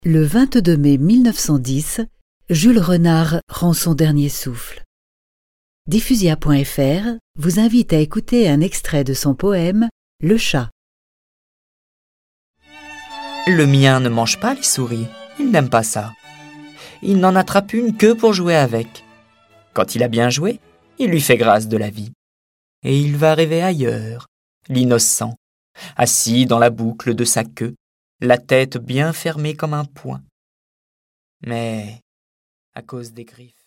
Le 22 mai 1910, Jules Renard rend son dernier souffle. Diffusia.fr vous invite à écouter un extrait de son poème « Le chat ». Le mien ne mange pas les souris, il n'aime pas ça. Il n'en attrape une que pour jouer avec. Quand il a bien joué, il lui fait grâce de la vie. Et il va rêver ailleurs, l'innocent, assis dans la boucle de sa queue, la tête bien fermée comme un poing. Mais, à cause des griffes,